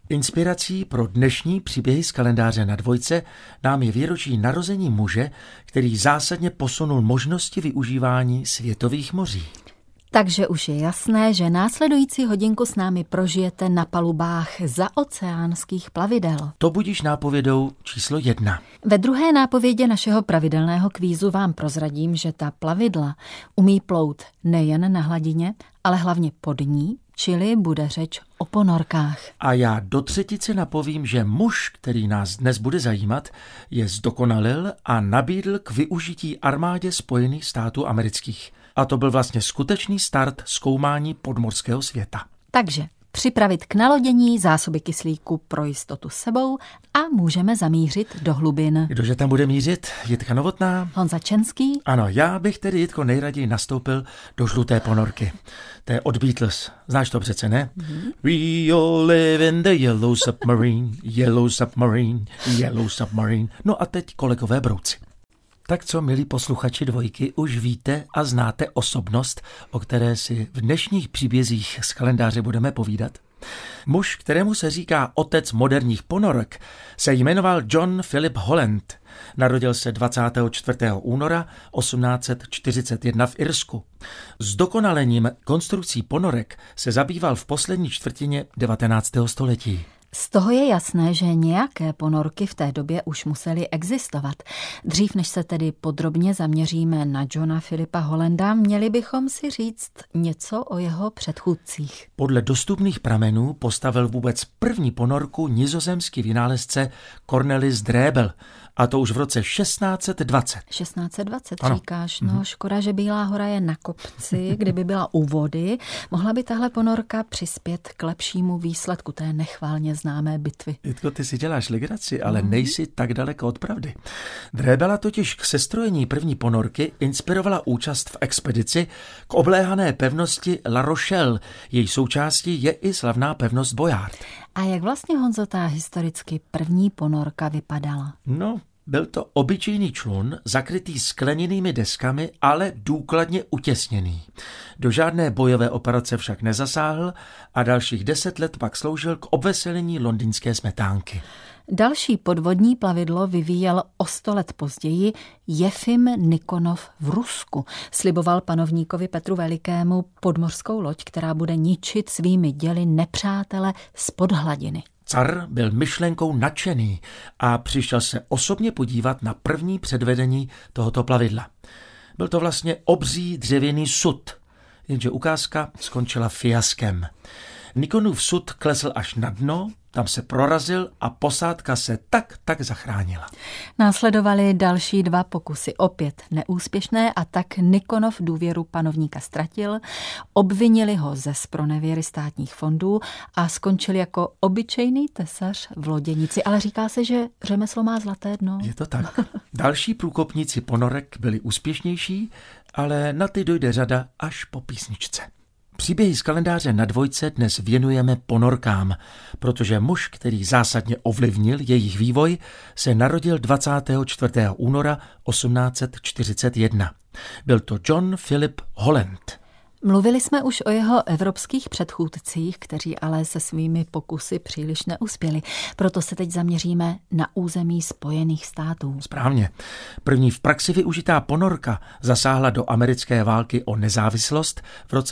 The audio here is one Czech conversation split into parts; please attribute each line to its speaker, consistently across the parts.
Speaker 1: Inspirací pro dnešní příběhy z kalendáře na dvojce nám je výročí narození muže, který zásadně posunul možnosti využívání světových moří.
Speaker 2: Takže už je jasné, že následující hodinku s námi prožijete na palubách zaoceánských plavidel.
Speaker 1: To budíš nápovědou číslo 1.
Speaker 2: Ve druhé nápovědě našeho pravidelného kvízu vám prozradím, že ta plavidla umí plout nejen na hladině, ale hlavně pod ní, čili bude řeč o ponorkách.
Speaker 1: A já do třetice napovím, že muž, který nás dnes bude zajímat, je zdokonalil a nabídl k využití armádě Spojených států amerických. A to byl vlastně skutečný start zkoumání podmořského světa.
Speaker 2: Takže připravit k nalodění zásoby kyslíku pro jistotu s sebou a můžeme zamířit do hlubin.
Speaker 1: Kdože tam bude mířit? Jitka Novotná?
Speaker 2: Honza Čenský?
Speaker 1: Ano, já bych tedy, Jitko, nejraději nastoupil do žluté ponorky. To je od Beatles. Znáš to přece, ne? We all live in the yellow submarine, yellow submarine, yellow submarine. No a teď kolegové brouci. Tak co, milí posluchači dvojky, už víte a znáte osobnost, o které si v dnešních příbězích z kalendáře budeme povídat? Muž, kterému se říká otec moderních ponorek, se jmenoval John Philip Holland. Narodil se 24. února 1841 v Irsku. Zdokonalením konstrukcí ponorek se zabýval v poslední čtvrtině 19. století.
Speaker 2: Z toho je jasné, že nějaké ponorky v té době už musely existovat. Dřív, než se tedy podrobně zaměříme na Johna Philipa Hollanda, měli bychom si říct něco o jeho předchůdcích.
Speaker 1: Podle dostupných pramenů postavil vůbec první ponorku nizozemský vynálezce Cornelis Drebbel, a to už v roce 1620.
Speaker 2: 1620
Speaker 1: ano.
Speaker 2: Říkáš, no škoda, že Bílá hora je na kopci, kdyby byla u vody, mohla by tahle ponorka přispět k lepšímu výsledku té nechválně známé bitvy.
Speaker 1: Jitko, ty si děláš legraci, ale nejsi tak daleko od pravdy. Drebbela totiž k sestrojení první ponorky inspirovala účast v expedici k obléhané pevnosti La Rochelle. Její součástí je i slavná pevnost Boyard.
Speaker 2: A jak vlastně, Honzo, ta historicky první ponorka vypadala?
Speaker 1: No, byl to obyčejný člun, zakrytý skleněnými deskami, ale důkladně utěsněný. Do žádné bojové operace však nezasáhl a dalších 10 let pak sloužil k obveselení londýnské smetánky.
Speaker 2: Další podvodní plavidlo vyvíjel o 100 let později Jefim Nikonov v Rusku. Sliboval panovníkovi Petru Velikému podmořskou loď, která bude ničit svými děly nepřátele spod hladiny.
Speaker 1: Car byl myšlenkou nadšený a přišel se osobně podívat na první předvedení tohoto plavidla. Byl to vlastně obří dřevěný sud, jenže ukázka skončila fiaskem. Nikonův sud klesl až na dno, tam se prorazil a posádka se tak zachránila.
Speaker 2: Následovaly další 2 pokusy, opět neúspěšné, a tak Nikonov důvěru panovníka ztratil, obvinili ho ze zpronevěry státních fondů a skončil jako obyčejný tesař v loděnici. Ale říká se, že řemeslo má zlaté dno.
Speaker 1: Je to tak. Další průkopníci ponorek byli úspěšnější, ale na ty dojde řada až po písničce. Příběhy z kalendáře na dvojce dnes věnujeme ponorkám, protože muž, který zásadně ovlivnil jejich vývoj, se narodil 24. února 1841. Byl to John Philip Holland.
Speaker 2: Mluvili jsme už o jeho evropských předchůdcích, kteří ale se svými pokusy příliš neuspěli. Proto se teď zaměříme na území Spojených států.
Speaker 1: Správně. První v praxi využitá ponorka zasáhla do americké války o nezávislost v roce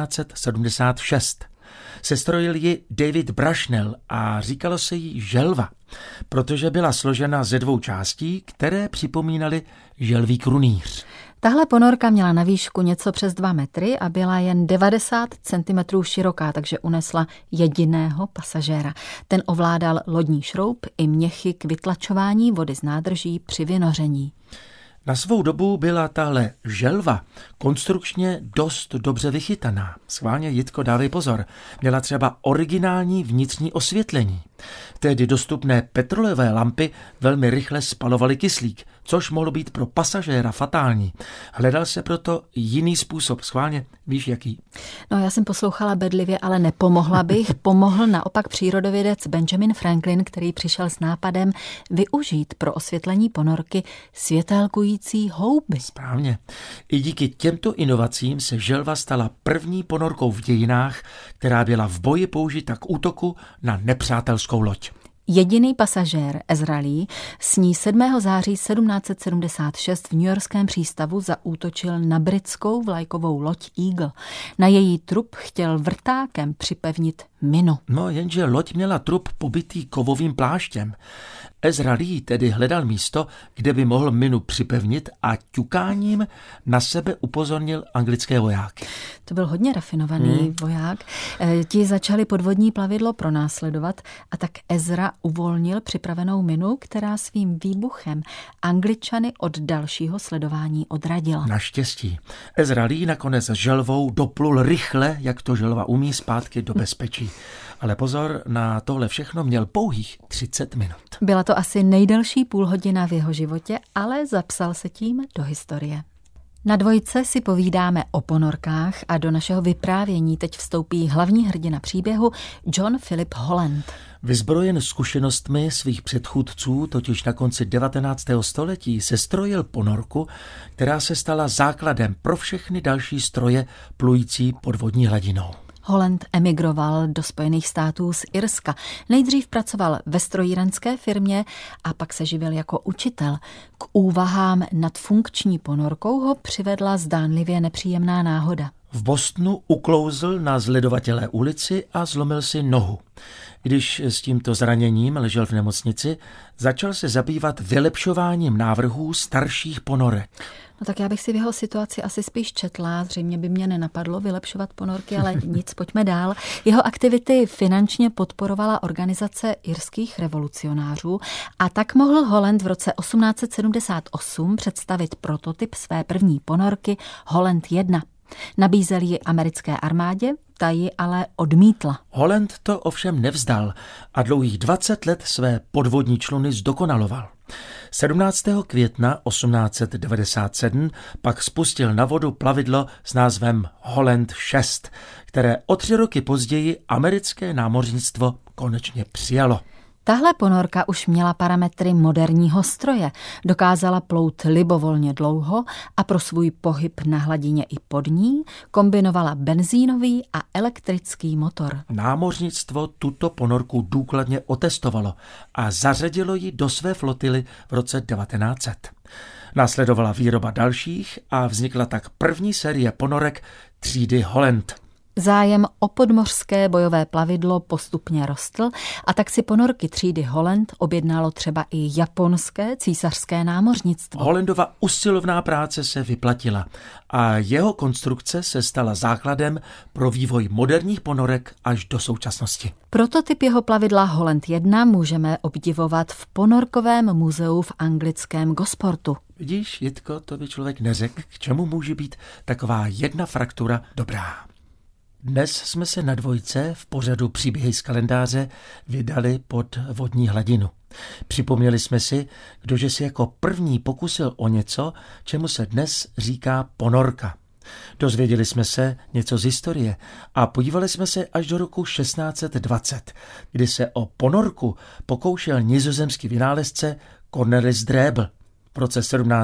Speaker 1: 1776. Sestrojil ji David Bushnell a říkalo se jí želva, protože byla složena ze 2 částí, které připomínaly želví krunýř.
Speaker 2: Tahle ponorka měla na výšku něco přes 2 metry a byla jen 90 cm široká, takže unesla jediného pasažéra. Ten ovládal lodní šroub i měchy k vytlačování vody z nádrží při vynoření.
Speaker 1: Na svou dobu byla tahle želva konstrukčně dost dobře vychytaná. Schválně, Jitko, dávej pozor. Měla třeba originální vnitřní osvětlení. Tehdy dostupné petrolejové lampy velmi rychle spalovaly kyslík, což mohlo být pro pasažéra fatální. Hledal se proto jiný způsob. Schválně, víš jaký?
Speaker 2: No, já jsem poslouchala bedlivě, ale nepomohla bych. Pomohl naopak přírodovědec Benjamin Franklin, který přišel s nápadem využít pro osvětlení ponorky světélkující houby.
Speaker 1: Správně. I díky těmto inovacím se želva stala první ponorkou v dějinách, která byla v boji použita k útoku na nepřátelskou loď.
Speaker 2: Jediný pasažér Ezra Lee s ní 7. září 1776 v newyorském přístavu zaútočil na britskou vlajkovou loď Eagle. Na její trup chtěl vrtákem připevnit minu.
Speaker 1: No, jenže loď měla trup pobytý kovovým pláštěm. Ezra Lee tedy hledal místo, kde by mohl minu připevnit a ťukáním na sebe upozornil anglické vojáky.
Speaker 2: To byl hodně rafinovaný voják. Ti začali podvodní plavidlo pronásledovat a tak Ezra uvolnil připravenou minu, která svým výbuchem Angličany od dalšího sledování odradila.
Speaker 1: Naštěstí. Ezra Lee nakonec s želvou doplul rychle, jak to želva umí, zpátky do bezpečí. Ale pozor, na tohle všechno měl pouhých 30 minut.
Speaker 2: Byla to asi nejdelší půlhodina v jeho životě, ale zapsal se tím do historie. Na dvojce si povídáme o ponorkách a do našeho vyprávění teď vstoupí hlavní hrdina příběhu John Philip Holland.
Speaker 1: Vyzbrojen zkušenostmi svých předchůdců, totiž na konci 19. století, sestrojil ponorku, která se stala základem pro všechny další stroje plující pod vodní hladinou.
Speaker 2: Holland emigroval do Spojených států z Irska. Nejdřív pracoval ve strojírenské firmě a pak se živil jako učitel. K úvahám nad funkční ponorkou ho přivedla zdánlivě nepříjemná náhoda.
Speaker 1: V Bostonu uklouzl na zledovatělé ulici a zlomil si nohu. Když s tímto zraněním ležel v nemocnici, začal se zabývat vylepšováním návrhů starších ponorek.
Speaker 2: No tak já bych si v jeho situaci asi spíš četla, zřejmě by mě nenapadlo vylepšovat ponorky, ale nic, pojďme dál. Jeho aktivity finančně podporovala organizace irských revolucionářů a tak mohl Holland v roce 1878 představit prototyp své první ponorky Holland 1. Nabízel ji americké armádě, ta ji ale odmítla.
Speaker 1: Holland to ovšem nevzdal a dlouhých 20 let své podvodní čluny zdokonaloval. 17. května 1897 pak spustil na vodu plavidlo s názvem Holland 6, které o 3 roky později americké námořnictvo konečně přijalo.
Speaker 2: Tahle ponorka už měla parametry moderního stroje, dokázala plout libovolně dlouho a pro svůj pohyb na hladině i pod ní kombinovala benzínový a elektrický motor.
Speaker 1: Námořnictvo tuto ponorku důkladně otestovalo a zařadilo ji do své flotily v roce 1900. Následovala výroba dalších a vznikla tak první série ponorek třídy Holland.
Speaker 2: Zájem o podmořské bojové plavidlo postupně rostl a tak si ponorky třídy Holland objednalo třeba i japonské císařské námořnictvo.
Speaker 1: Hollandova usilovná práce se vyplatila a jeho konstrukce se stala základem pro vývoj moderních ponorek až do současnosti.
Speaker 2: Prototyp jeho plavidla Holland 1 můžeme obdivovat v ponorkovém muzeu v anglickém Gosportu.
Speaker 1: Vidíš, Jitko, to by člověk neřekl, k čemu může být taková jedna fraktura dobrá. Dnes jsme se na dvojce v pořadu Příběhy z kalendáře vydali pod vodní hladinu. Připomněli jsme si, kdože si jako první pokusil o něco, čemu se dnes říká ponorka. Dozvěděli jsme se něco z historie a podívali jsme se až do roku 1620, kdy se o ponorku pokoušel nizozemský vynálezce Cornelis Drebbel. V roce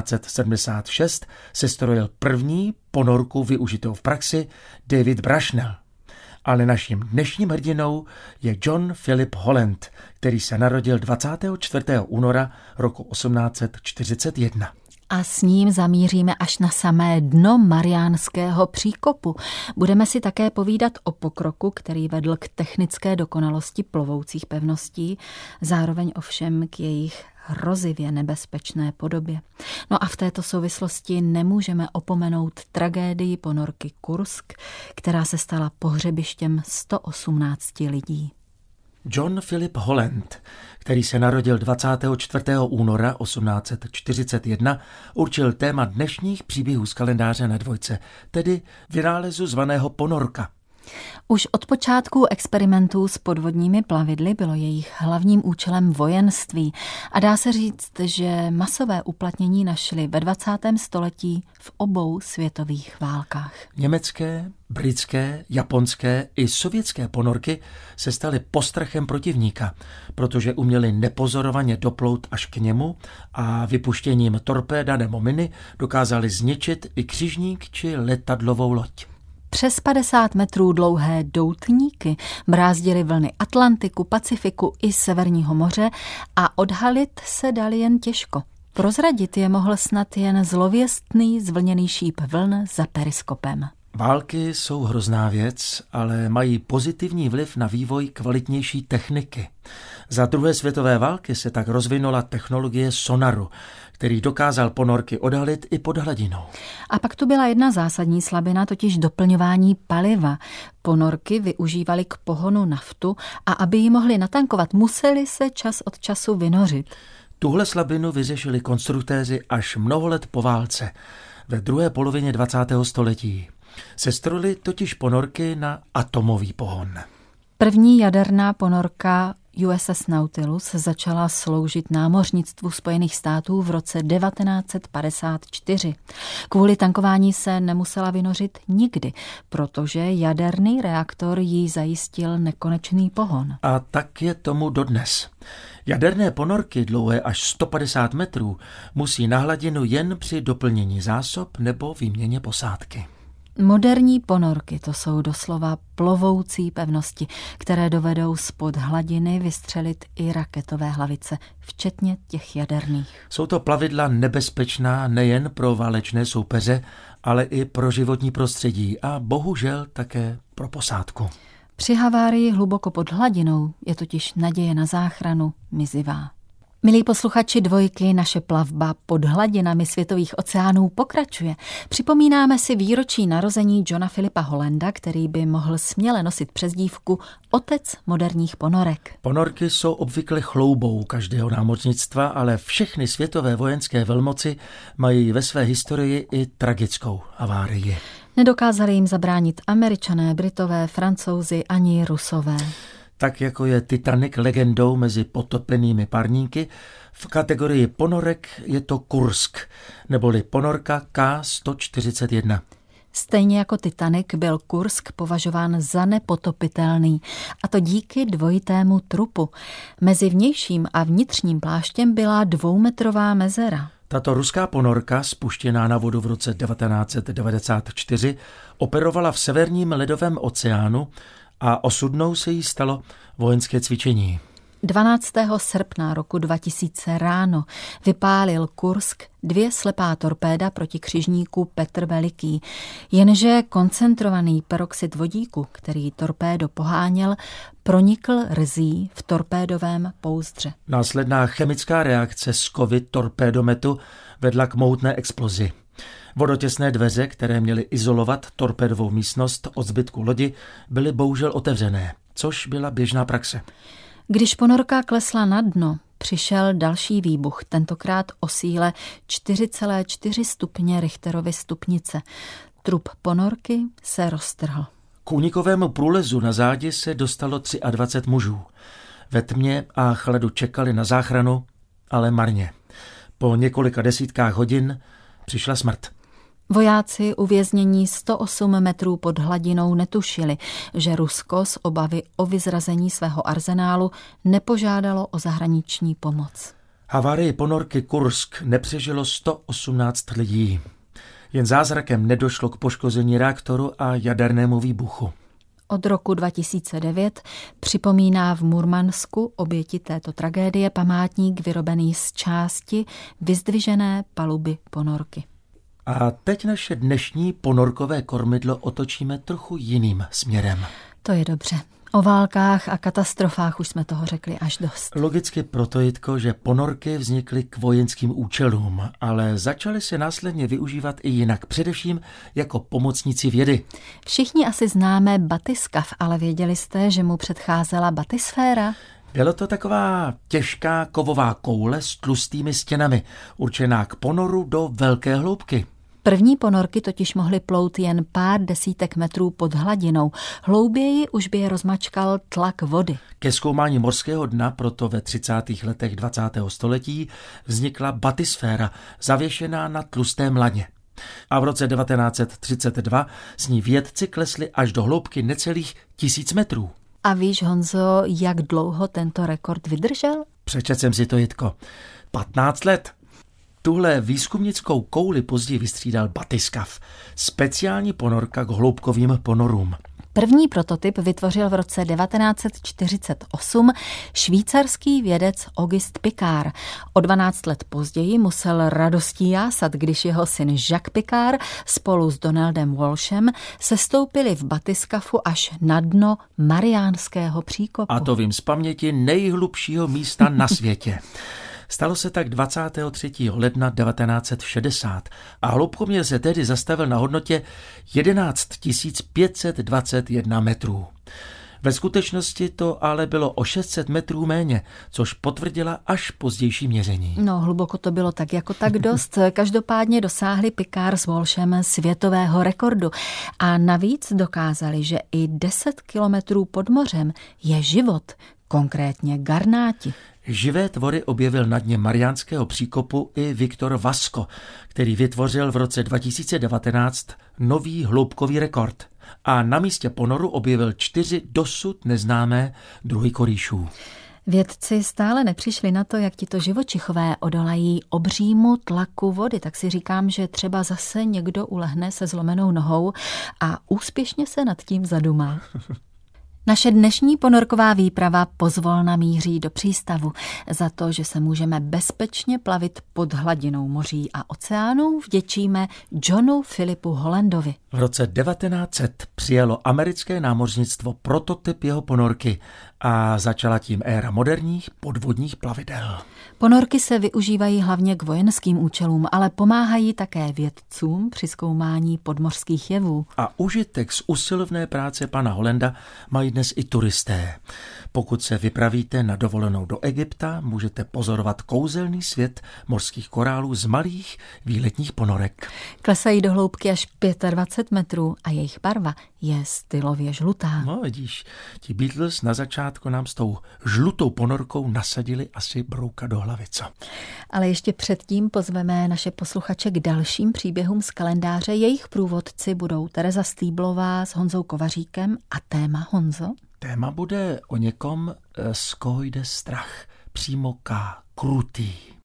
Speaker 1: 1776 se strojil první ponorku využitou v praxi David Bushnell. Ale naším dnešním hrdinou je John Philip Holland, který se narodil 24. února roku 1841.
Speaker 2: A s ním zamíříme až na samé dno Mariánského příkopu. Budeme si také povídat o pokroku, který vedl k technické dokonalosti plovoucích pevností, zároveň ovšem k jejich hrozivě nebezpečné podobě. No a v této souvislosti nemůžeme opomenout tragédii ponorky Kursk, která se stala pohřebištěm 118 lidí.
Speaker 1: John Philip Holland, který se narodil 24. února 1841, určil téma dnešních příběhů z kalendáře na dvojce, tedy vynálezu zvaného ponorka.
Speaker 2: Už od počátku experimentů s podvodními plavidly bylo jejich hlavním účelem vojenství a dá se říct, že masové uplatnění našli ve 20. století v obou světových válkách.
Speaker 1: Německé, britské, japonské i sovětské ponorky se staly postrachem protivníka, protože uměli nepozorovaně doplout až k němu a vypuštěním torpéda nebo miny dokázali zničit i křižník či letadlovou loď.
Speaker 2: Přes 50 metrů dlouhé doutníky brázdily vlny Atlantiku, Pacifiku i Severního moře a odhalit se dali jen těžko. Prozradit je mohl snad jen zlověstný zvlněný šíp vln za periskopem.
Speaker 1: Války jsou hrozná věc, ale mají pozitivní vliv na vývoj kvalitnější techniky. Za druhé světové války se tak rozvinula technologie sonaru, který dokázal ponorky odhalit i pod hladinou.
Speaker 2: A pak tu byla jedna zásadní slabina, totiž doplňování paliva. Ponorky využívaly k pohonu naftu a aby ji mohli natankovat, museli se čas od času vynořit.
Speaker 1: Tuhle slabinu vyřešili konstruktéři až mnoho let po válce, ve druhé polovině 20. století. Sestrojili totiž ponorky na atomový pohon.
Speaker 2: První jaderná ponorka USS Nautilus začala sloužit námořnictvu Spojených států v roce 1954. Kvůli tankování se nemusela vynořit nikdy, protože jaderný reaktor jí zajistil nekonečný pohon.
Speaker 1: A tak je tomu dodnes. Jaderné ponorky dlouhé až 150 metrů musí na hladinu jen při doplnění zásob nebo výměně posádky.
Speaker 2: Moderní ponorky to jsou doslova plovoucí pevnosti, které dovedou spod hladiny vystřelit i raketové hlavice, včetně těch jaderných.
Speaker 1: Jsou to plavidla nebezpečná nejen pro válečné soupeře, ale i pro životní prostředí a bohužel také pro posádku.
Speaker 2: Při havárii hluboko pod hladinou je totiž naděje na záchranu mizivá. Milí posluchači Dvojky, naše plavba pod hladinami světových oceánů pokračuje. Připomínáme si výročí narození Johna Philipa Hollanda, který by mohl směle nosit přezdívku otec moderních ponorek.
Speaker 1: Ponorky jsou obvykle chloubou každého námořnictva, ale všechny světové vojenské velmoci mají ve své historii i tragickou havárii.
Speaker 2: Nedokázali jim zabránit Američané, Britové, Francouzi ani Rusové.
Speaker 1: Tak jako je Titanic legendou mezi potopenými parníky, v kategorii ponorek je to Kursk, neboli ponorka K-141.
Speaker 2: Stejně jako Titanic byl Kursk považován za nepotopitelný, a to díky dvojitému trupu. Mezi vnějším a vnitřním pláštěm byla 2metrová mezera.
Speaker 1: Tato ruská ponorka, spuštěná na vodu v roce 1994, operovala v severním ledovém oceánu a osudnou se jí stalo vojenské cvičení.
Speaker 2: 12. srpna roku 2000 ráno vypálil Kursk 2 slepá torpéda proti křižníku Petr Veliký, jenže koncentrovaný peroxid vodíku, který torpédo poháněl, pronikl rzí v torpédovém pouzdře.
Speaker 1: Následná chemická reakce z kovy torpédometu vedla k mohutné explozi. Vodotěsné dveře, které měly izolovat torpédovou místnost od zbytku lodi, byly bohužel otevřené, což byla běžná praxe.
Speaker 2: Když ponorka klesla na dno, přišel další výbuch, tentokrát o síle 4,4 stupně Richterovy stupnice. Trup ponorky se roztrhl.
Speaker 1: K únikovému průlezu na zádi se dostalo 23 mužů. Ve tmě a chladu čekali na záchranu, ale marně. Po několika desítkách hodin přišla smrt.
Speaker 2: Vojáci uvěznění 108 metrů pod hladinou netušili, že Rusko z obavy o vyzrazení svého arzenálu nepožádalo o zahraniční pomoc.
Speaker 1: Havárii ponorky Kursk nepřežilo 118 lidí. Jen zázrakem nedošlo k poškození reaktoru a jadernému výbuchu.
Speaker 2: Od roku 2009 připomíná v Murmansku oběti této tragédie památník vyrobený z části vyzdvižené paluby ponorky.
Speaker 1: A teď naše dnešní ponorkové kormidlo otočíme trochu jiným směrem.
Speaker 2: To je dobře. O válkách a katastrofách už jsme toho řekli až dost.
Speaker 1: Logicky proto, Jitko, že ponorky vznikly k vojenským účelům, ale začaly se následně využívat i jinak, především jako pomocníci vědy.
Speaker 2: Všichni asi známe batyskav, ale věděli jste, že mu předcházela batysféra?
Speaker 1: Byla to taková těžká kovová koule s tlustými stěnami, určená k ponoru do velké hloubky.
Speaker 2: První ponorky totiž mohly plout jen pár desítek metrů pod hladinou. Hlouběji už by je rozmačkal tlak vody.
Speaker 1: Ke zkoumání mořského dna proto ve 30. letech 20. století vznikla batysféra, zavěšená na tlustém laně. A v roce 1932 s ní vědci klesli až do hloubky necelých 1000 metrů.
Speaker 2: A víš, Honzo, jak dlouho tento rekord vydržel?
Speaker 1: Přečet jsem si to, Jitko. 15 let. Tuhle výzkumnickou kouli později vystřídal batyskav, speciální ponorka k hloubkovým ponorům.
Speaker 2: První prototyp vytvořil v roce 1948 švýcarský vědec Auguste Piccard. O 12 let později musel radostí jásat, když jeho syn Jacques Piccard spolu s Donaldem Walshem sestoupili v batyskafu až na dno Mariánského příkopu.
Speaker 1: A to vím z paměti nejhlubšího místa na světě. Stalo se tak 23. ledna 1960 a hloubkoměr se tedy zastavil na hodnotě 11 521 metrů. Ve skutečnosti to ale bylo o 600 metrů méně, což potvrdila až pozdější měření.
Speaker 2: No, hluboko to bylo tak jako tak dost. Každopádně dosáhli Piccard s Walshem světového rekordu. A navíc dokázali, že i 10 kilometrů pod mořem je život, konkrétně garnáti.
Speaker 1: Živé tvory objevil na dně Mariánského příkopu i Viktor Vasco, který vytvořil v roce 2019 nový hloubkový rekord. A na místě ponoru objevil 4 dosud neznámé druhy korýšů.
Speaker 2: Vědci stále nepřišli na to, jak tito živočichové odolají obřímu tlaku vody, tak si říkám, že třeba zase někdo ulehne se zlomenou nohou a úspěšně se nad tím zadumá. Naše dnešní ponorková výprava pozvolna míří do přístavu. Za to, že se můžeme bezpečně plavit pod hladinou moří a oceánů, vděčíme Johnu Philipu Hollandovi.
Speaker 1: V roce 1900 přijalo americké námořnictvo prototyp jeho ponorky a začala tím éra moderních podvodních plavidel.
Speaker 2: Ponorky se využívají hlavně k vojenským účelům, ale pomáhají také vědcům při zkoumání podmořských jevů.
Speaker 1: A užitek z usilovné práce pana Hollanda mají dnes i turisté. Pokud se vypravíte na dovolenou do Egypta, můžete pozorovat kouzelný svět mořských korálů z malých výletních ponorek.
Speaker 2: Klesají do hloubky až 25 metrů a jejich barva je stylově žlutá.
Speaker 1: No vidíš, ti Beatles na začátku nám s tou žlutou ponorkou nasadili asi brouka do hlavy, co?
Speaker 2: Ale ještě předtím pozveme naše posluchače k dalším příběhům z kalendáře. Jejich průvodci budou Tereza Stýblová s Honzou Kovaříkem a téma, Honzo?
Speaker 1: Téma bude o někom, z koho jde strach. Přímo K. Krutý.